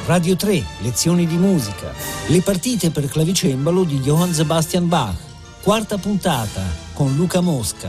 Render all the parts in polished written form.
Radio 3, lezioni di musica, le partite per clavicembalo di Johann Sebastian Bach, quarta puntata con Luca Mosca.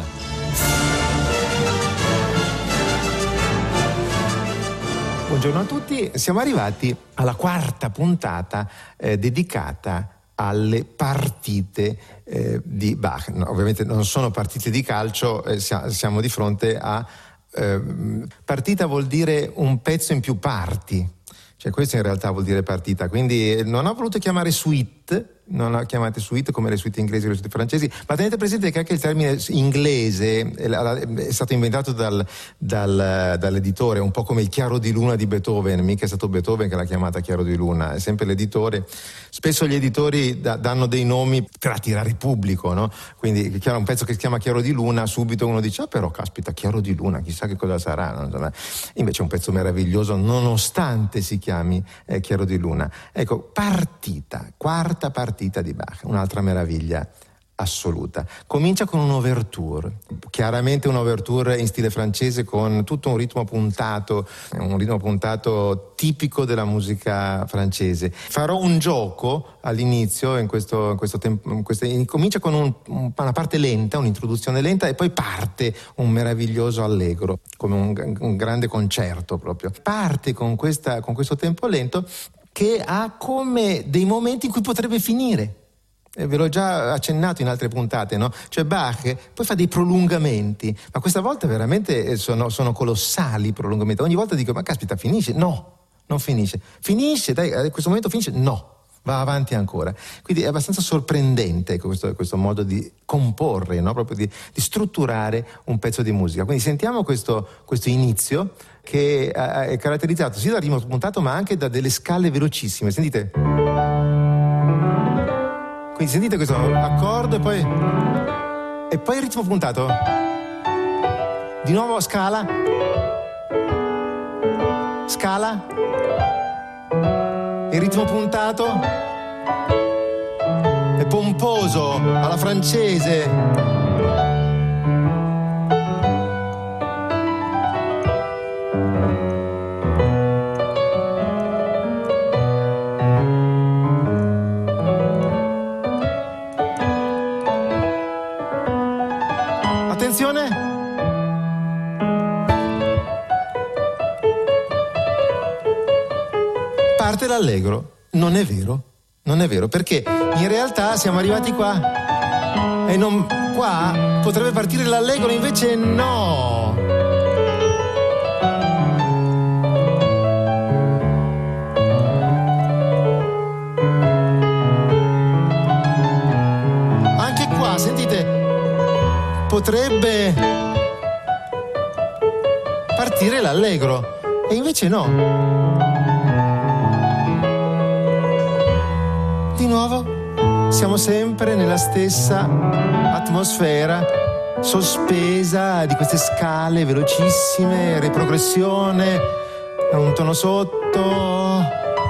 Buongiorno a tutti, siamo arrivati alla quarta puntata dedicata alle partite di Bach. No, ovviamente non sono partite di calcio, siamo di fronte a partita vuol dire un pezzo in più parti. Cioè questo in realtà vuol dire partita, quindi non ho voluto chiamare suite, non la chiamate suite come le suite inglesi o le suite francesi, ma tenete presente che anche il termine inglese è stato inventato dall'editore, un po' come il chiaro di luna di Beethoven, mica è stato Beethoven che l'ha chiamata chiaro di luna, è sempre l'editore. Spesso gli editori danno dei nomi per attirare il pubblico, no? Quindi un pezzo che si chiama chiaro di luna, subito uno dice però caspita, chiaro di luna, chissà che cosa sarà, no? Invece è un pezzo meraviglioso nonostante si chiami chiaro di luna. Ecco, partita, quarta partita di Bach, un'altra meraviglia assoluta. Comincia con un ouverture, chiaramente un ouverture in stile francese con tutto un ritmo puntato tipico della musica francese. Farò un gioco all'inizio, comincia con una parte lenta, un'introduzione lenta e poi parte un meraviglioso allegro, come un grande concerto proprio. Parte con questo tempo lento che ha come dei momenti in cui potrebbe finire. Ve l'ho già accennato in altre puntate, no? Cioè Bach poi fa dei prolungamenti, ma questa volta veramente sono colossali i prolungamenti. Ogni volta dico, ma caspita, finisce? No, non finisce. Finisce, dai, a questo momento finisce? No, va avanti ancora. Quindi è abbastanza sorprendente questo modo di comporre, no? Proprio di strutturare un pezzo di musica. Quindi sentiamo questo inizio che è caratterizzato sia dal ritmo puntato ma anche da delle scale velocissime. Sentite? Quindi sentite questo accordo e poi il ritmo puntato. Di nuovo scala. Scala. Il ritmo puntato. È pomposo alla francese. Parte l'allegro. Non è vero, perché in realtà siamo arrivati qua e qua potrebbe partire l'allegro, invece no. Anche qua, sentite, potrebbe partire l'allegro e invece no. Di nuovo siamo sempre nella stessa atmosfera sospesa di queste scale velocissime, riprogressione, un tono sotto.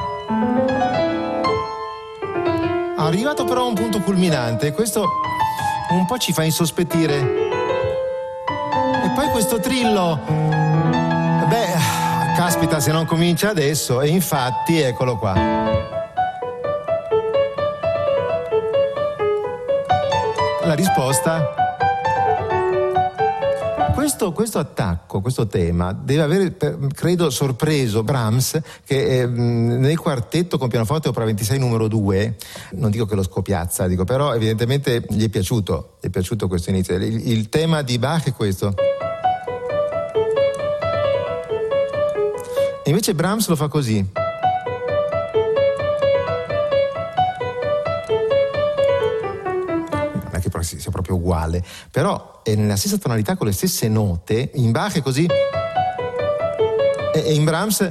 Arrivato però a un punto culminante, questo un po' ci fa insospettire. E poi questo trillo, caspita se non comincia adesso, e infatti eccolo qua. La risposta, questo attacco, questo tema deve avere, credo, sorpreso Brahms, che nel quartetto con pianoforte opera 26 numero 2, non dico che lo scopiazza, però evidentemente gli è piaciuto questo inizio. Il tema di Bach è questo. E invece Brahms lo fa così. Sia proprio uguale, però è nella stessa tonalità con le stesse note. In Bach è così e in Brahms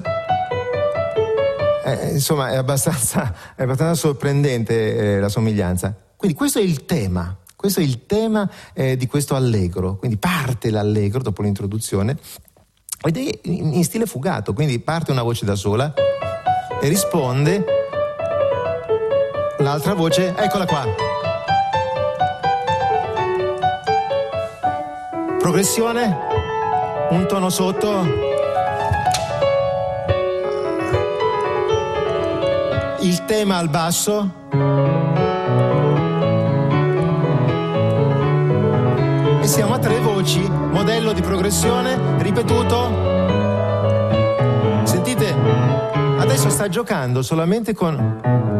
insomma è abbastanza sorprendente la somiglianza. Quindi questo è il tema di questo allegro. Quindi parte l'allegro dopo l'introduzione ed è in stile fugato, quindi parte una voce da sola e risponde l'altra voce, eccola qua. Progressione, un tono sotto, il tema al basso. E siamo a 3 voci, modello di progressione ripetuto. Sentite, adesso sta giocando solamente con...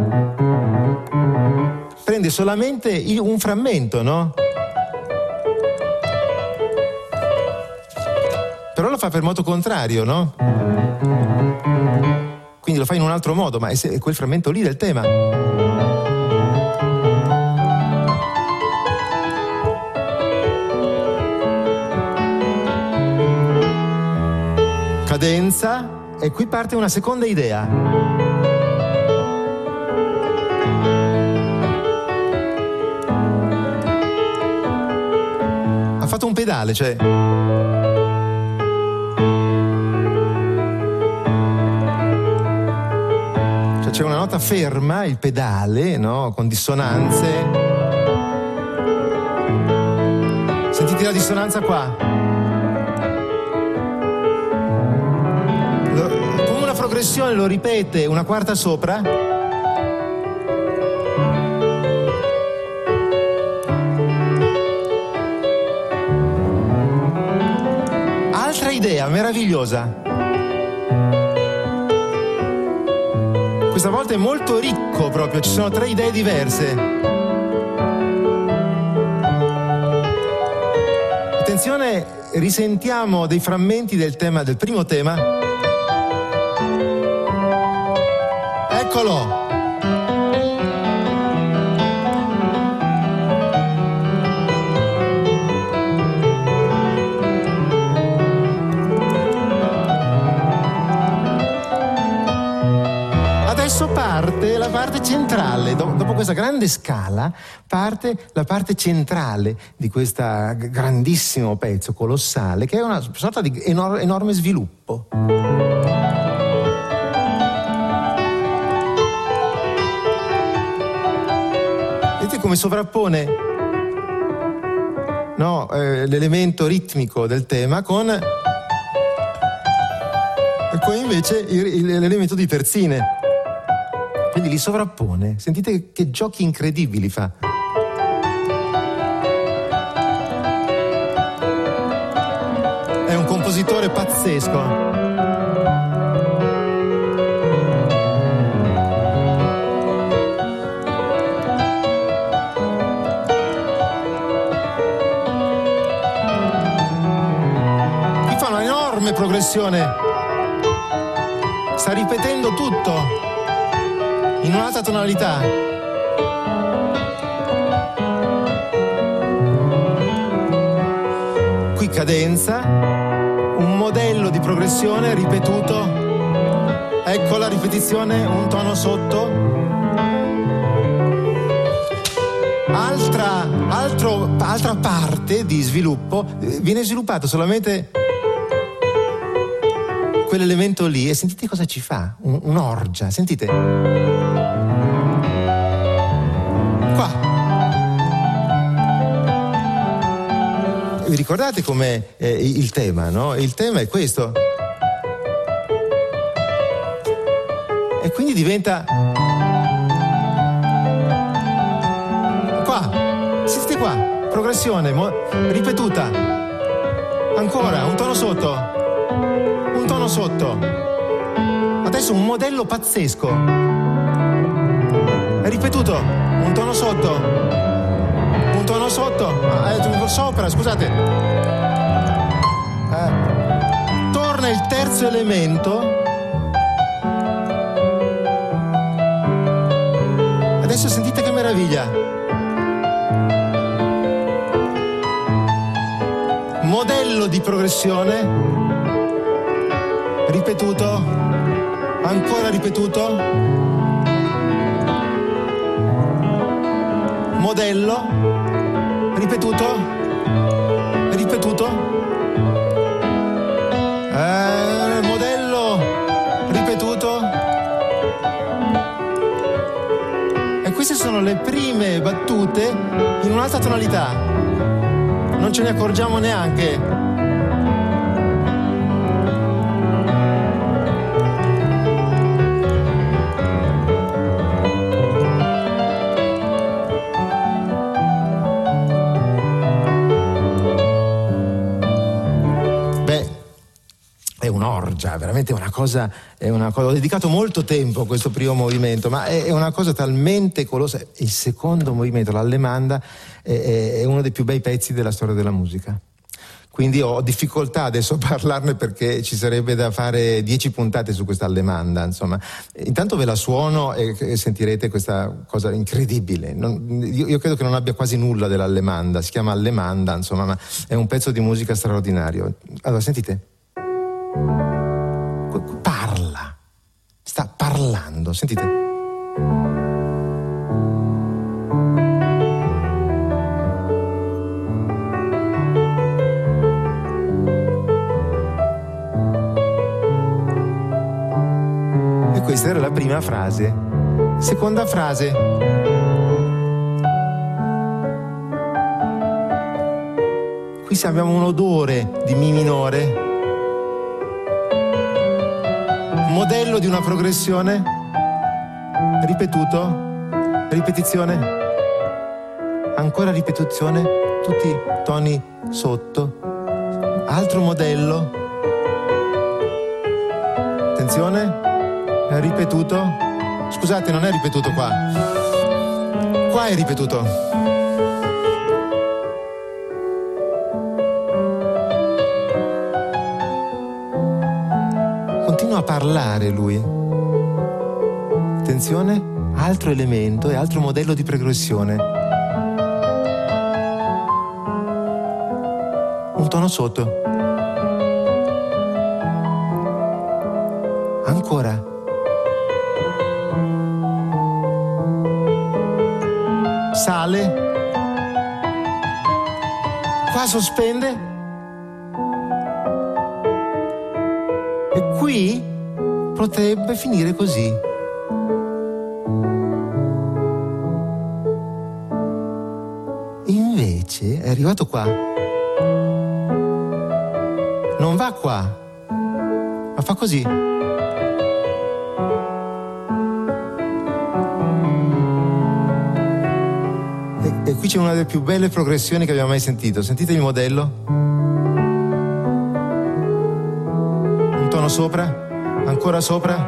prende solamente un frammento, no? Però lo fa per moto contrario, no? Quindi lo fa in un altro modo, ma è quel frammento lì del tema. Cadenza, e qui parte una seconda idea. Ha fatto un pedale, cioè... c'è una nota ferma, il pedale, no? Con dissonanze. Sentite la dissonanza qua. Come una progressione lo ripete una quarta sopra. Altra idea meravigliosa. Questa volta è molto ricco proprio, ci sono 3 idee diverse. Attenzione, risentiamo dei frammenti del tema, del primo tema. Eccolo! Adesso parte la parte centrale, dopo questa grande scala parte la parte centrale di questo grandissimo pezzo colossale, che è una sorta di enorme sviluppo. Vedete come sovrappone, no, l'elemento ritmico del tema con invece l'elemento di terzine. Quindi li sovrappone. Sentite che giochi incredibili fa. È un compositore pazzesco. Qui fa una enorme progressione. Sta ripetendo tutto in un'altra tonalità. Qui cadenza, un modello di progressione ripetuto. Ecco la ripetizione, un tono sotto. Altra parte di sviluppo, viene sviluppato solamente quell'elemento lì, e sentite cosa ci fa, un'orgia, sentite. Qua. Vi ricordate com'è il tema, no? Il tema è questo. E quindi diventa... Qua, sentite qua, progressione, ripetuta. Ancora, un tono sotto. Un tono sotto. Adesso un modello pazzesco. È ripetuto. Un tono sotto. Un tono sotto. Sopra, scusate. Torna il terzo elemento. Adesso sentite che meraviglia. Modello di progressione. Ripetuto, ancora ripetuto, modello, ripetuto, ripetuto, modello, ripetuto. E queste sono le prime battute in un'altra tonalità, non ce ne accorgiamo neanche. è un'orgia, veramente è una cosa, ho dedicato molto tempo a questo primo movimento, ma è una cosa talmente colossa. Il secondo movimento, l'allemanda, è uno dei più bei pezzi della storia della musica. Quindi ho difficoltà adesso a parlarne perché ci sarebbe da fare 10 puntate su questa allemanda, insomma. Intanto ve la suono e sentirete questa cosa incredibile. Io credo che non abbia quasi nulla dell'allemanda, si chiama allemanda, insomma, ma è un pezzo di musica straordinario. Allora, sentite. Parla, sta parlando, sentite. Questa era la prima frase. Seconda frase. Qui abbiamo un odore di Mi minore, modello di una progressione, ripetuto, ripetizione, ancora ripetizione, tutti toni sotto, altro modello, attenzione. È ripetuto? Scusate, non è ripetuto qua. Qua è ripetuto. Continua a parlare lui. Attenzione, altro elemento e altro modello di progressione. Un tono sotto. Ancora. Sale, qua sospende e qui potrebbe finire così. Invece è arrivato qua, non va qua, ma fa così. E qui c'è una delle più belle progressioni che abbiamo mai sentito. Sentite il modello? Un tono sopra, ancora sopra,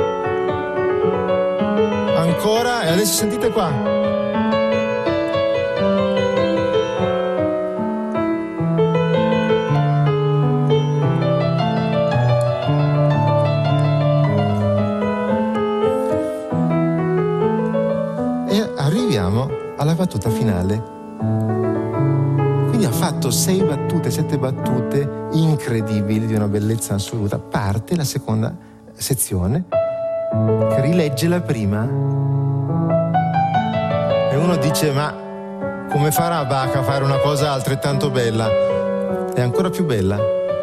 ancora, e adesso sentite qua. E arriviamo alla battuta finale. Quindi ha fatto 6 battute, 7 battute incredibili di una bellezza assoluta. Parte la seconda sezione che rilegge la prima e uno dice: ma come farà Bach a fare una cosa altrettanto bella? È ancora più bella.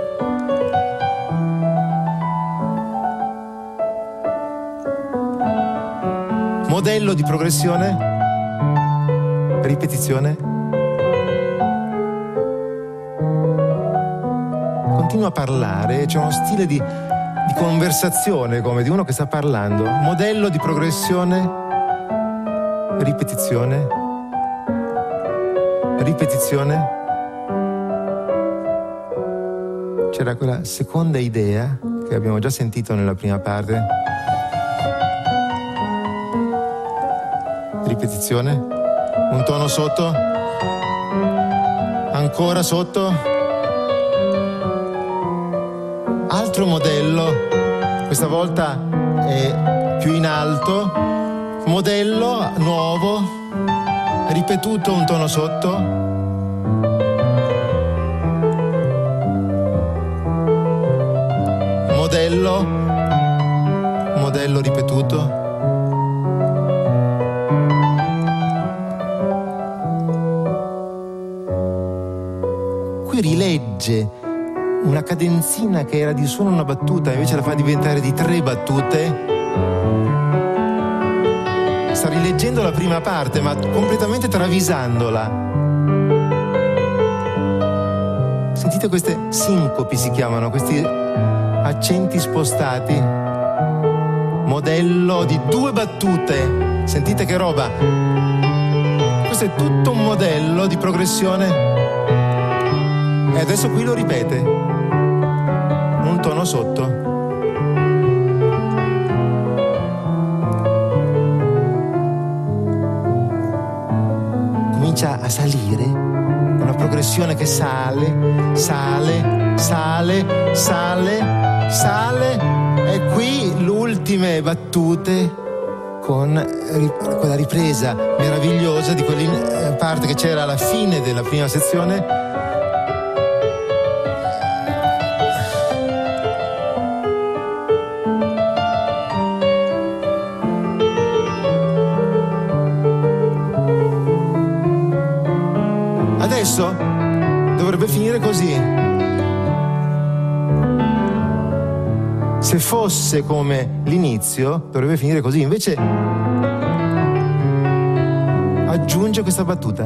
Modello di progressione, ripetizione, continua a parlare, c'è uno stile di conversazione come di uno che sta parlando, modello di progressione, ripetizione, ripetizione. C'era quella seconda idea che abbiamo già sentito nella prima parte, ripetizione. Un tono sotto, ancora sotto, altro modello, questa volta è più in alto, modello nuovo, ripetuto, un tono sotto, modello ripetuto. Rilegge una cadenzina che era di solo una battuta, invece la fa diventare di 3 battute. Sta rileggendo la prima parte, ma completamente travisandola. Sentite queste sincopi, si chiamano, questi accenti spostati. Modello di 2 battute. Sentite che roba. Questo è tutto un modello di progressione. E adesso qui lo ripete. Un tono sotto. Comincia a salire, una progressione che sale, sale, sale, sale, sale, e qui le ultime battute con quella ripresa meravigliosa di quella parte che c'era alla fine della prima sezione. Adesso dovrebbe finire così. Se fosse come l'inizio, dovrebbe finire così. Invece aggiunge questa battuta.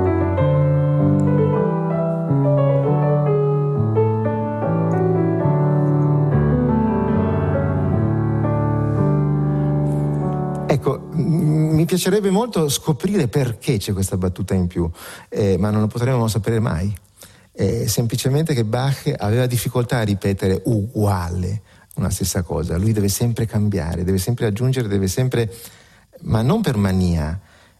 Ecco, mi piacerebbe molto scoprire perché c'è questa battuta in più, ma non lo potremo sapere mai. Semplicemente che Bach aveva difficoltà a ripetere uguale una stessa cosa. Lui deve sempre cambiare, deve sempre aggiungere, deve sempre, ma non per mania,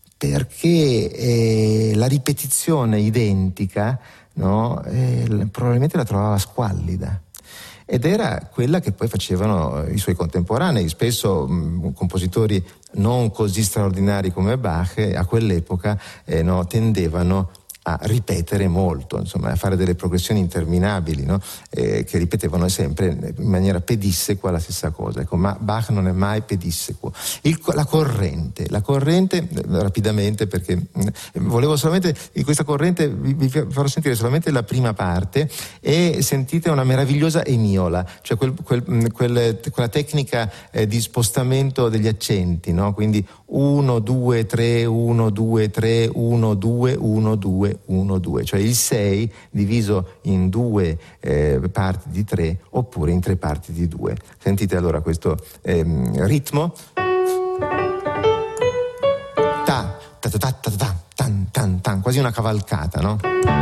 perché la ripetizione identica, no, probabilmente la trovava squallida. Ed era quella che poi facevano i suoi contemporanei, spesso compositori non così straordinari come Bach, a quell'epoca no, tendevano a ripetere molto, insomma, a fare delle progressioni interminabili, no? Che ripetevano sempre in maniera pedissequa la stessa cosa. Ecco, ma Bach non è mai pedissequo. La corrente, rapidamente, perché volevo solamente, di questa corrente vi farò sentire solamente la prima parte, e sentite una meravigliosa emiola, cioè quella tecnica di spostamento degli accenti, no? Quindi 1, 2, 3, 1, 2, 3, 1, 2, 1, 2, 1, 2, cioè il 6 diviso in 2 parti di 3 oppure in 3 parti di 2. Sentite allora questo ritmo. Ta ta ta ta ta ta tan tan tan, quasi una cavalcata, no?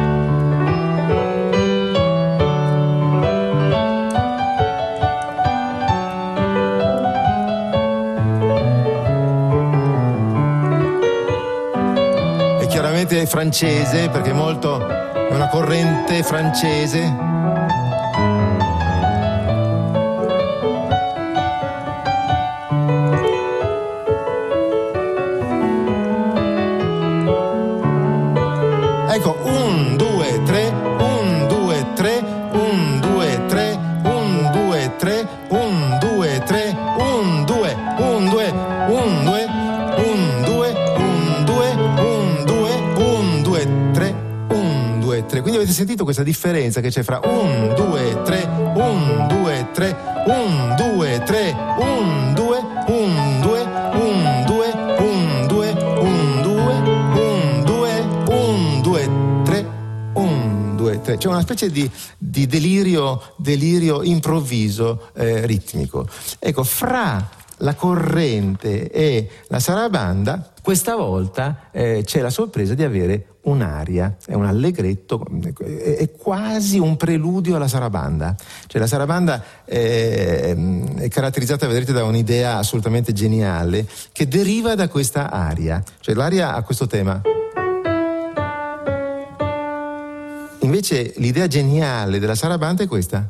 È francese, perché è una corrente francese. Ecco, 1, 2, 3, 1, 2, 3, 1, 2, 3, 1, 2, 3, 1, 2, 3, 1, 2, 1, 2, 1, 2, 1, 2, 1, 2, 1, 2, 3, 1, 2, 3. Quindi avete sentito questa differenza che c'è fra 1, 2, 3, 1, 2, 3, 1, 2, 3, 1, 2, 1, 2, 1, 2, 1, 2, 1, 2, 1, 2, 1, 2, 3, 1, 2, 3. C'è una specie di delirio improvviso ritmico. Ecco, fra la corrente e la sarabanda, questa volta c'è la sorpresa di avere un'aria, è un allegretto, è quasi un preludio alla sarabanda. Cioè la sarabanda è caratterizzata, vedrete, da un'idea assolutamente geniale che deriva da questa aria. Cioè l'aria ha questo tema. Invece l'idea geniale della sarabanda è questa.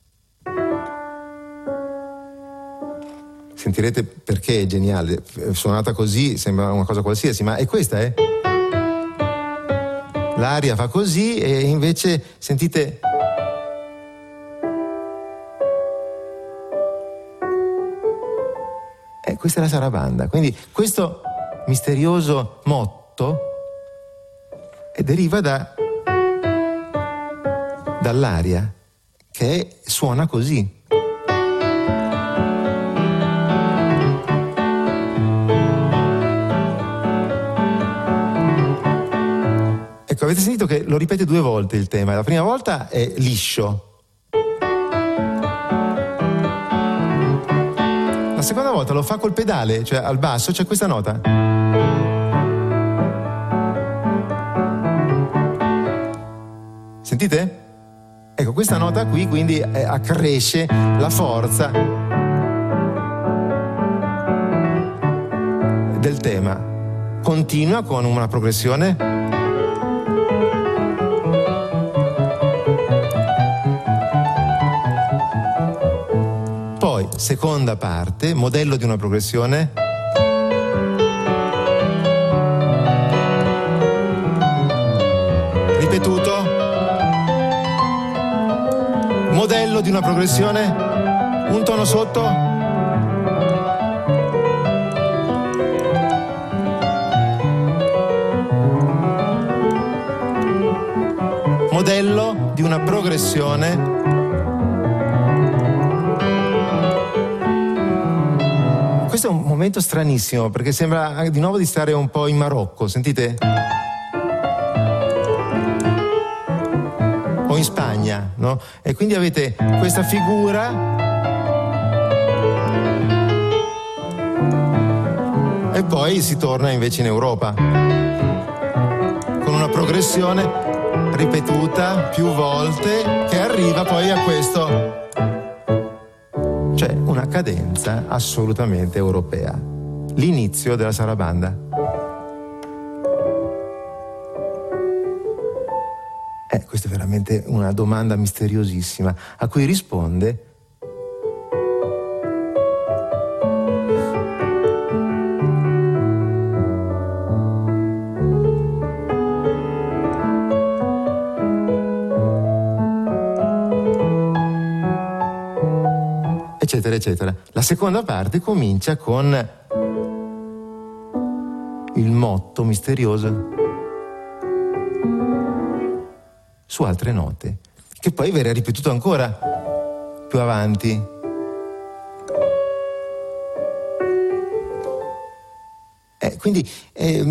Sentirete perché è geniale, suonata così sembra una cosa qualsiasi, ma è questa, L'aria fa così e invece sentite. Questa è la sarabanda. Quindi questo misterioso motto deriva dall'aria, che suona così. Ecco, avete sentito che lo ripete 2 volte il tema. La prima volta è liscio. La seconda volta lo fa col pedale, cioè al basso c'è questa nota. Sentite? Ecco, questa nota qui quindi accresce la forza del tema. Continua con una progressione. Poi, seconda parte, modello di una progressione. Ripetuto. Modello di una progressione. Un tono sotto. Modello di una progressione. Questo è un momento stranissimo perché sembra di nuovo di stare un po' in Marocco, sentite? O in Spagna, no? E quindi avete questa figura e poi si torna invece in Europa con una progressione ripetuta più volte che arriva poi a questo. Cioè una cadenza assolutamente europea. L'inizio della sarabanda. Questa è veramente una domanda misteriosissima a cui risponde eccetera eccetera. La seconda parte comincia con il motto misterioso su altre note, che poi verrà ripetuto ancora più avanti. Quindi è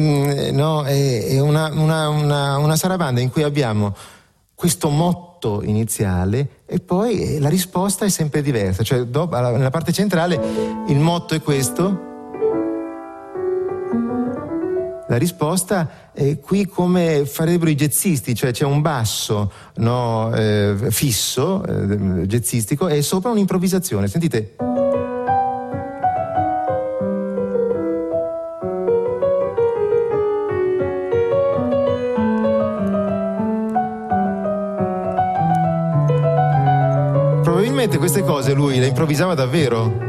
una sarabanda in cui abbiamo questo motto iniziale e poi la risposta è sempre diversa, cioè nella parte centrale il motto è questo, la risposta è qui come farebbero i jazzisti, cioè c'è un basso fisso, jazzistico, e sopra un'improvvisazione, sentite? Probabilmente queste cose lui le improvvisava davvero.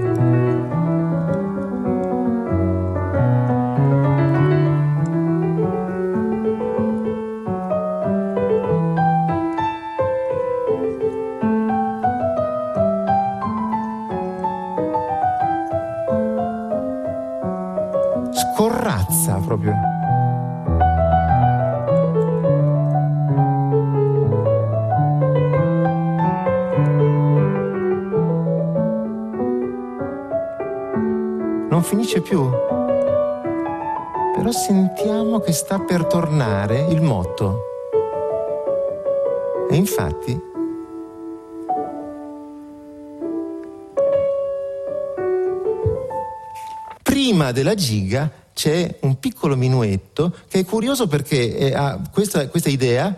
Scorrazza proprio. Non finisce più. Però sentiamo che sta per tornare il motto. E infatti prima della giga c'è un piccolo minuetto che è curioso perché ha questa idea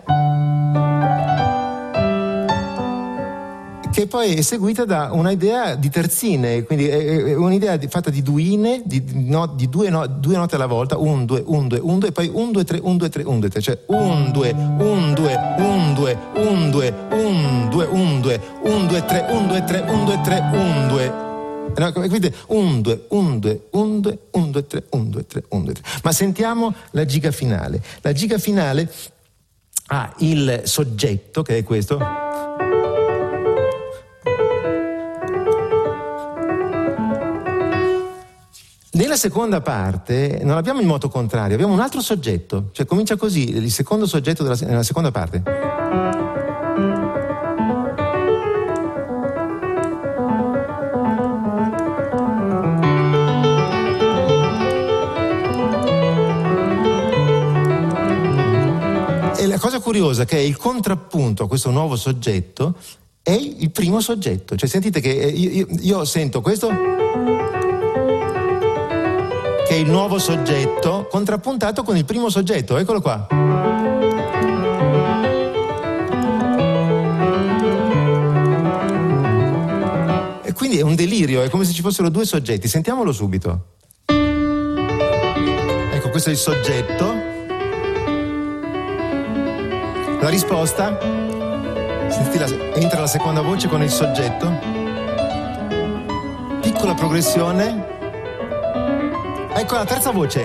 che poi è seguita da un'idea di terzine, quindi è un'idea fatta di duine, di due note alla volta, 1, 2, 1, 2, 1, 2, e poi 1, 2, 3, 1, 2, 3, 1, 2, 3, cioè 1, 2, 1, 2, 1, 2, 1, 2, 1, 2, 1, 2, 1, 2, 3, 1, 2, 3, 1, 2, 3, 1, 2. No, quindi 1, 2, 1, 2, 1, 2, 1, 2, 3, 1, 2, 3, 1, 2, 3. Ma sentiamo la giga finale. La giga finale ha il soggetto, che è questo. Nella seconda parte non abbiamo il moto contrario, abbiamo un altro soggetto, cioè comincia così, il secondo soggetto nella seconda parte. E la cosa curiosa è che il contrappunto a questo nuovo soggetto è il primo soggetto, cioè sentite che io sento questo, che è il nuovo soggetto contrappuntato con il primo soggetto, eccolo qua. Quindi è un delirio, è come se ci fossero due soggetti. Sentiamolo subito. Ecco, questo è il soggetto. La risposta, sentite, entra la seconda voce con il soggetto. Piccola progressione. Ecco la terza voce.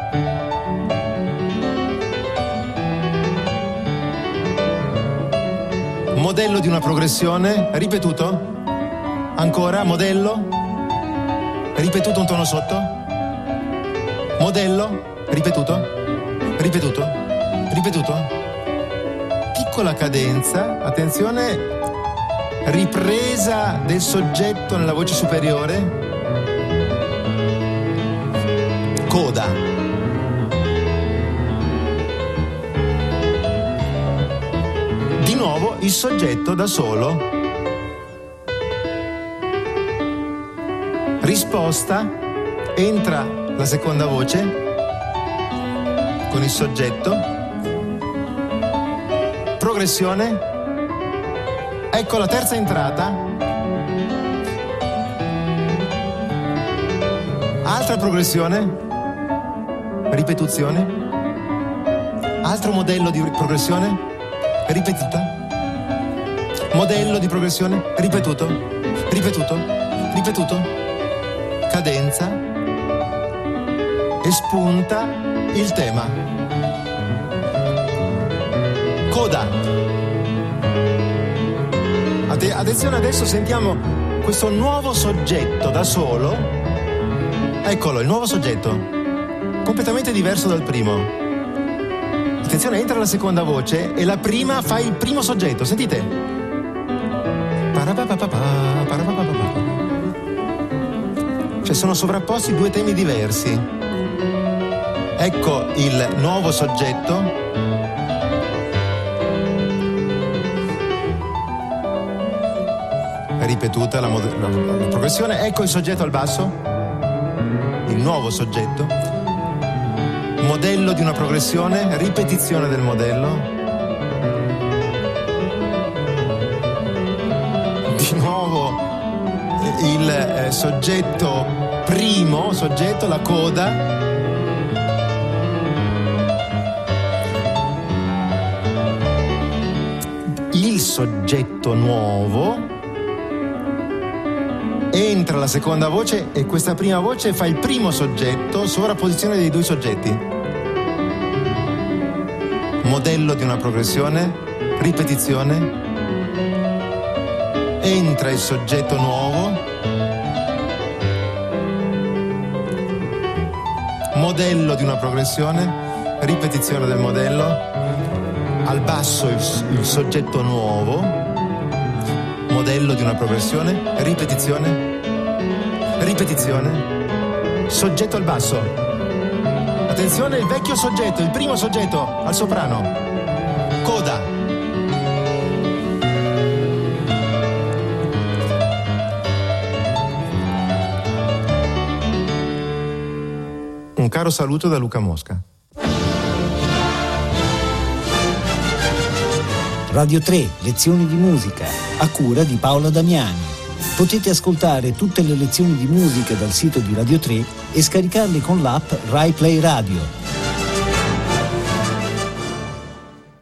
Modello di una progressione, ripetuto. Ancora, modello. Ripetuto un tono sotto. Modello, ripetuto. Ripetuto. Ripetuto. Piccola cadenza, attenzione, ripresa del soggetto nella voce superiore. Coda. Di nuovo il soggetto da solo. Risposta, entra la seconda voce con il soggetto. Progressione. Ecco la terza entrata. Altra progressione. Ripetuzione. Altro modello di progressione. Ripetuta. Modello di progressione. Ripetuto. Ripetuto. Ripetuto. Cadenza. E spunta il tema. Coda. Attenzione, adesso sentiamo questo nuovo soggetto da solo. Eccolo, il nuovo soggetto. Completamente diverso dal primo. Attenzione, entra la seconda voce e la prima fa il primo soggetto. Sentite. Cioè sono sovrapposti due temi diversi. Ecco il nuovo soggetto. Ripetuta la progressione. Ecco il soggetto al basso. Il nuovo soggetto. Modello di una progressione, ripetizione del modello. Di nuovo il soggetto primo, soggetto, la coda. Il soggetto nuovo. Entra la seconda voce e questa prima voce fa il primo soggetto, sovrapposizione dei due soggetti. Modello di una progressione, ripetizione. Entra il soggetto nuovo. Modello di una progressione, ripetizione del modello. Al basso il soggetto nuovo. Modello di una progressione, ripetizione, ripetizione, soggetto al basso. Attenzione, il vecchio soggetto, il primo soggetto al soprano. Coda. Un caro saluto da Luca Mosca. Radio 3, lezioni di musica, a cura di Paola Damiani. Potete ascoltare tutte le lezioni di musica dal sito di Radio 3 e scaricarle con l'app Rai Play Radio.